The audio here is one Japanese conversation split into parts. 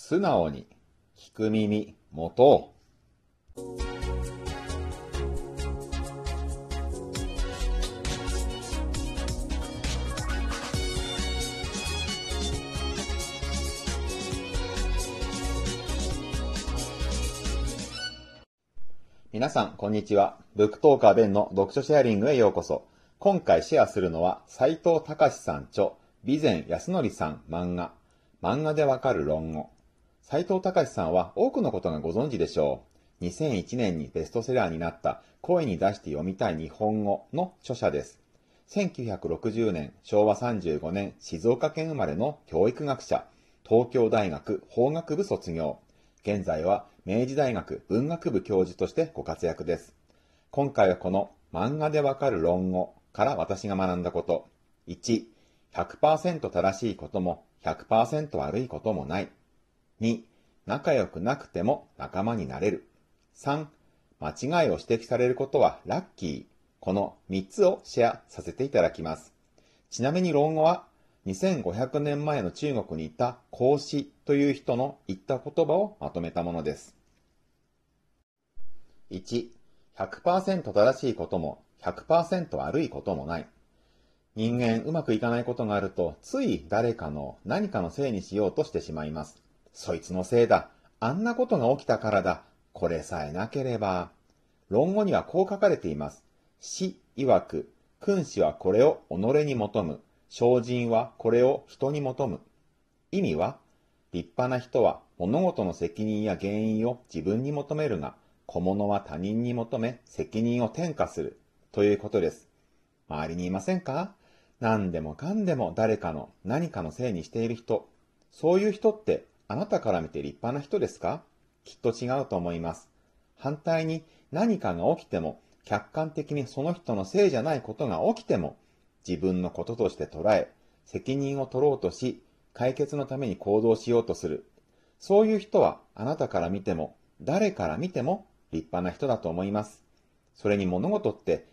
素直に聞く耳持とう。皆さん、こんにちは。ブックトーカーBenの読書シェアリングへようこそ。今回シェアするのは、斉藤隆さん著、備前康則さん漫画でわかる論語。斉藤隆さんは多くのことがご存知でしょう。2001年にベストセラーになった声に出して読みたい日本語の著者です。1960年、昭和35年、静岡県生まれの教育学者、東京大学法学部卒業。現在は明治大学文学部教授としてご活躍です。今回はこの漫画でわかる論語から私が学んだこと。1、100% 正しいことも 100% 悪いこともない。2、仲良くなくても仲間になれる。3、間違いを指摘されることはラッキー。この3つをシェアさせていただきます。ちなみに論語は2500年前の中国にいた孔子という人の言った言葉をまとめたものです。1、100% 正しいことも 100% 悪いこともない。人間うまくいかないことがあると、つい誰かの何かのせいにしようとしてしまいます。そいつのせいだ。あんなことが起きたからだ。これさえなければ。論語にはこう書かれています。子曰く、君子はこれを己に求む。聖人はこれを人に求む。意味は、立派な人は物事の責任や原因を自分に求めるが、小物は他人に求め責任を転嫁するということです。周りにいませんか？何でもかんでも誰かの何かのせいにしている人。そういう人ってあなたから見て立派な人ですか？きっと違うと思います。反対に何かが起きても客観的にその人のせいじゃないことが起きても自分のこととして捉え責任を取ろうとし解決のために行動しようとする。そういう人はあなたから見ても誰から見ても立派な人だと思います。それに物事って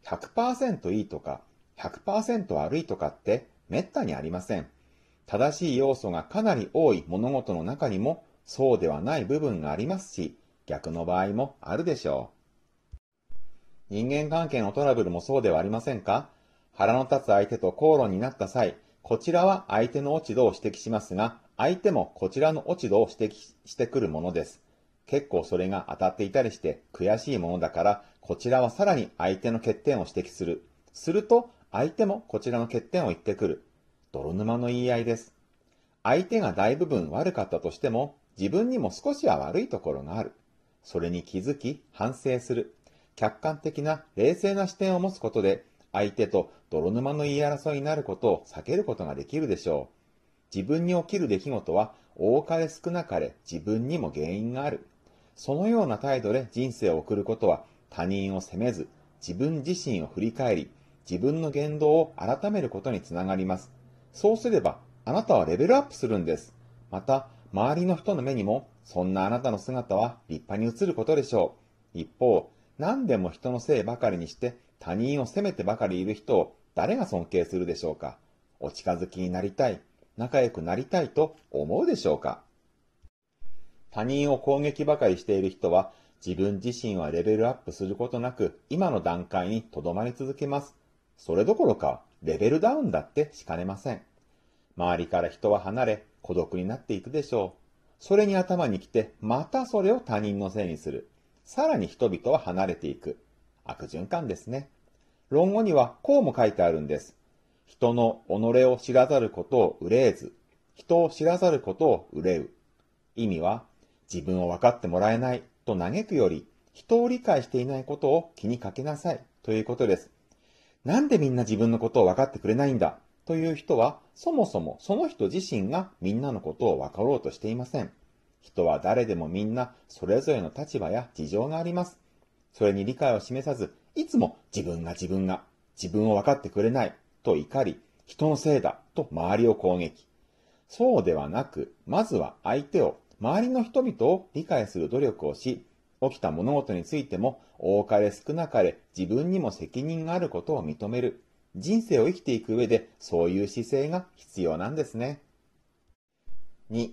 100% いいとか 100% 悪いとかってめったにありません。正しい要素がかなり多い物事の中にもそうではない部分がありますし、逆の場合もあるでしょう。人間関係のトラブルもそうではありませんか？腹の立つ相手と口論になった際、こちらは相手の落ち度を指摘しますが、相手もこちらの落ち度を指摘してくるものです。結構それが当たっていたりして悔しいものだから、こちらはさらに相手の欠点を指摘する。すると、相手もこちらの欠点を言ってくる。泥沼の言い合いです。相手が大部分悪かったとしても、自分にも少しは悪いところがある。それに気づき、反省する。客観的な冷静な視点を持つことで、相手と泥沼の言い争いになることを避けることができるでしょう。自分に起きる出来事は多かれ少なかれ自分にも原因がある。そのような態度で人生を送ることは他人を責めず自分自身を振り返り自分の言動を改めることにつながります。そうすればあなたはレベルアップするんです。また周りの人の目にもそんなあなたの姿は立派に映ることでしょう。一方、何でも人のせいばかりにして他人を責めてばかりいる人を誰が尊敬するでしょうか。お近づきになりたい、仲良くなりたいと思うでしょうか。他人を攻撃ばかりしている人は自分自身はレベルアップすることなく今の段階にとどまり続けます。それどころかレベルダウンだってしかねません。周りから人は離れ孤独になっていくでしょう。それに頭にきてまたそれを他人のせいにする。さらに人々は離れていく。悪循環ですね。論語にはこうも書いてあるんです。人の己を知らざることを憂えず、人を知らざることを憂う。意味は、自分を分かってもらえないと嘆くより、人を理解していないことを気にかけなさいということです。なんでみんな自分のことを分かってくれないんだという人は、そもそもその人自身がみんなのことを分かろうとしていません。人は誰でもみんなそれぞれの立場や事情があります。それに理解を示さず、いつも自分を分かってくれないと怒り、人のせいだと周りを攻撃。そうではなく、まずは相手を、周りの人々を理解する努力をし、起きた物事についても多かれ少なかれ自分にも責任があることを認める。人生を生きていく上でそういう姿勢が必要なんですね。2、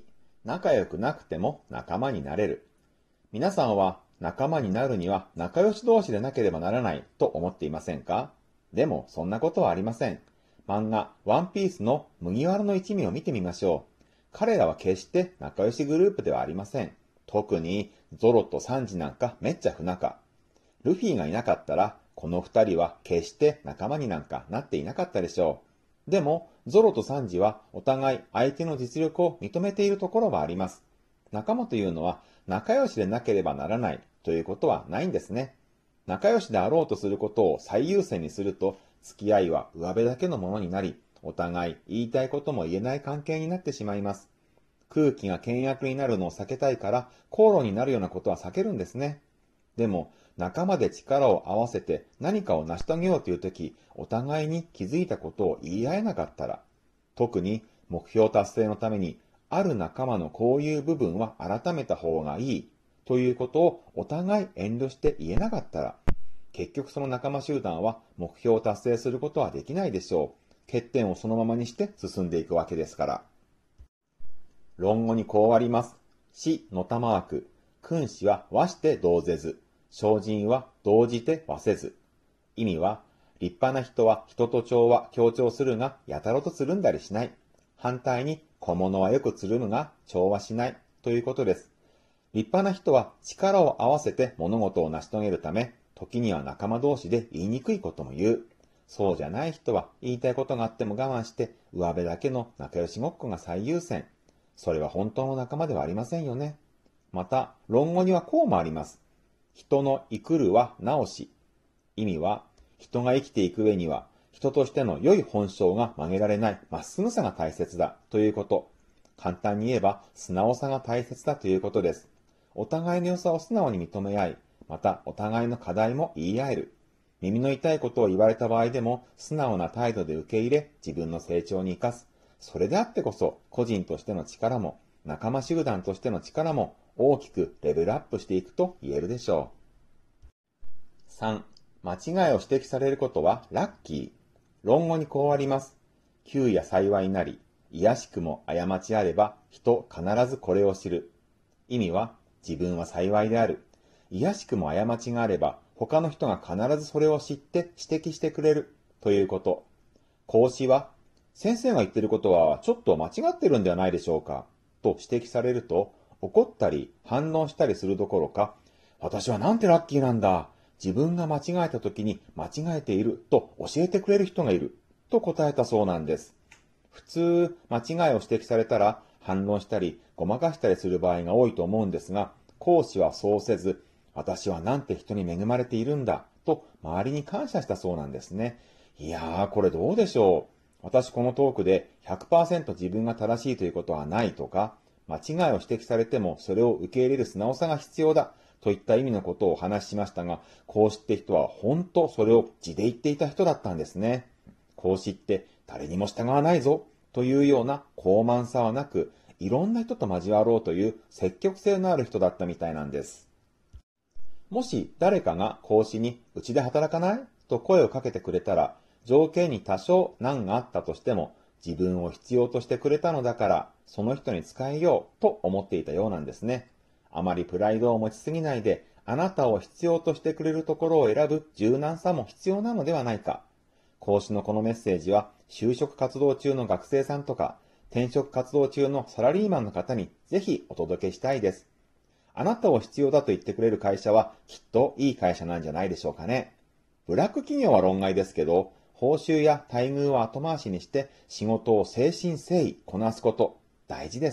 仲良くなくても仲間になれる。皆さんは仲間になるには仲良し同士でなければならないと思っていませんか？でもそんなことはありません。漫画ワンピースの麦わらの一味を見てみましょう。彼らは決して仲良しグループではありません。特にゾロとサンジなんかめっちゃ不仲。ルフィがいなかったらこの二人は決して仲間になんかなっていなかったでしょう。でもゾロとサンジはお互い相手の実力を認めているところはあります。仲間というのは仲良しでなければならないということはないんですね。仲良しであろうとすることを最優先にすると、付き合いは上辺だけのものになり、お互い言いたいことも言えない関係になってしまいます。空気が険悪になるのを避けたいから、口論になるようなことは避けるんですね。でも、仲間で力を合わせて何かを成し遂げようというとき、お互いに気づいたことを言い合えなかったら、特に目標達成のために、ある仲間のこういう部分は改めた方がいいということをお互い遠慮して言えなかったら、結局その仲間集団は目標を達成することはできないでしょう。欠点をそのままにして進んでいくわけですから。論語にこうあります。子のたまわく、君子は和して同ぜず、精進は同じて和せず。意味は、立派な人は人と調は協調するが、やたらとつるんだりしない。反対に小物はよくつるむが調和しないということです。立派な人は力を合わせて物事を成し遂げるため、時には仲間同士で言いにくいことも言う。そうじゃない人は言いたいことがあっても我慢して上辺だけの仲良しごっこが最優先。それは本当の仲間ではありませんよね。また、論語にはこうもあります。人の生くるは直し。意味は、人が生きていく上には、人としての良い本性が曲げられないまっすぐさが大切だということ。簡単に言えば、素直さが大切だということです。お互いの良さを素直に認め合い、またお互いの課題も言い合える。耳の痛いことを言われた場合でも、素直な態度で受け入れ、自分の成長に生かす。それであってこそ、個人としての力も、仲間集団としての力も、大きくレベルアップしていくと言えるでしょう。3. 間違いを指摘されることはラッキー。論語にこうあります。窮や幸いなり、卑しくも過ちあれば、人必ずこれを知る。意味は、自分は幸いである。卑しくも過ちがあれば、他の人が必ずそれを知って指摘してくれる。ということ。孔子は、先生が言ってることはちょっと間違ってるんではないでしょうか。と指摘されると、怒ったり反応したりするどころか、私はなんてラッキーなんだ。自分が間違えた時に間違えていると教えてくれる人がいる。と答えたそうなんです。普通、間違いを指摘されたら反論したりごまかしたりする場合が多いと思うんですが、孔子はそうせず、私はなんて人に恵まれているんだ。と周りに感謝したそうなんですね。いやー、これどうでしょう。私このトークで 100% 自分が正しいということはないとか、間違いを指摘されてもそれを受け入れる素直さが必要だといった意味のことをお話ししましたが、孔子って人は本当それを字で言っていた人だったんですね。孔子って誰にも従わないぞというような高慢さはなく、いろんな人と交わろうという積極性のある人だったみたいなんです。もし誰かが孔子にうちで働かないと声をかけてくれたら、条件に多少難があったとしても、自分を必要としてくれたのだから、その人に仕えようと思っていたようなんですね。あまりプライドを持ちすぎないで、あなたを必要としてくれるところを選ぶ柔軟さも必要なのではないか。孔子のこのメッセージは、就職活動中の学生さんとか、転職活動中のサラリーマンの方にぜひお届けしたいです。あなたを必要だと言ってくれる会社はきっといい会社なんじゃないでしょうかね。ブラック企業は論外ですけど、報酬や待遇を後回しにして仕事を誠心誠意こなすこと、大事です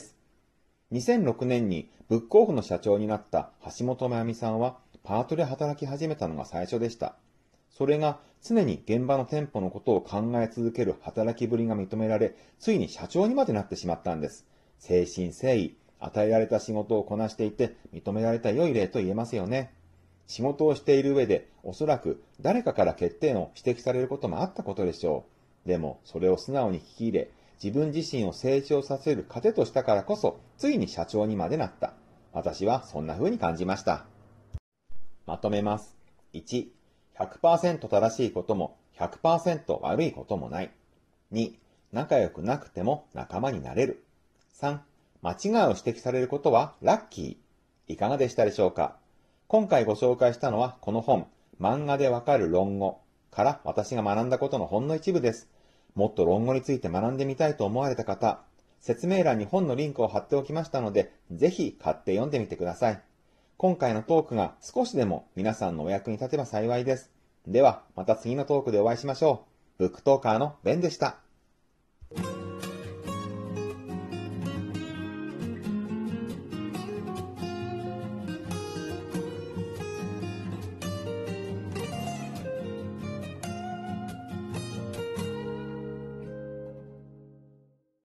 。2006年にブックオフの社長になった橋本真由美さんはパートで働き始めたのが最初でした。それが常に現場の店舗のことを考え続ける働きぶりが認められ、ついに社長にまでなってしまったんです。誠心誠意、与えられた仕事をこなしていて認められた良い例と言えますよね。仕事をしている上でおそらく誰かから欠点を指摘されることもあったことでしょう。でもそれを素直に聞き入れ、自分自身を成長させる糧としたからこそ、ついに社長にまでなった。私はそんな風に感じました。まとめます。1、100% 正しいことも 100% 悪いこともない。2、仲良くなくても仲間になれる。3、 間違いを指摘されることはラッキー。いかがでしたでしょうか？今回ご紹介したのはこの本、漫画でわかる論語から私が学んだことのほんの一部です。もっと論語について学んでみたいと思われた方、説明欄に本のリンクを貼っておきましたので、ぜひ買って読んでみてください。今回のトークが少しでも皆さんのお役に立てば幸いです。では、また次のトークでお会いしましょう。ブックトーカーのベンでした。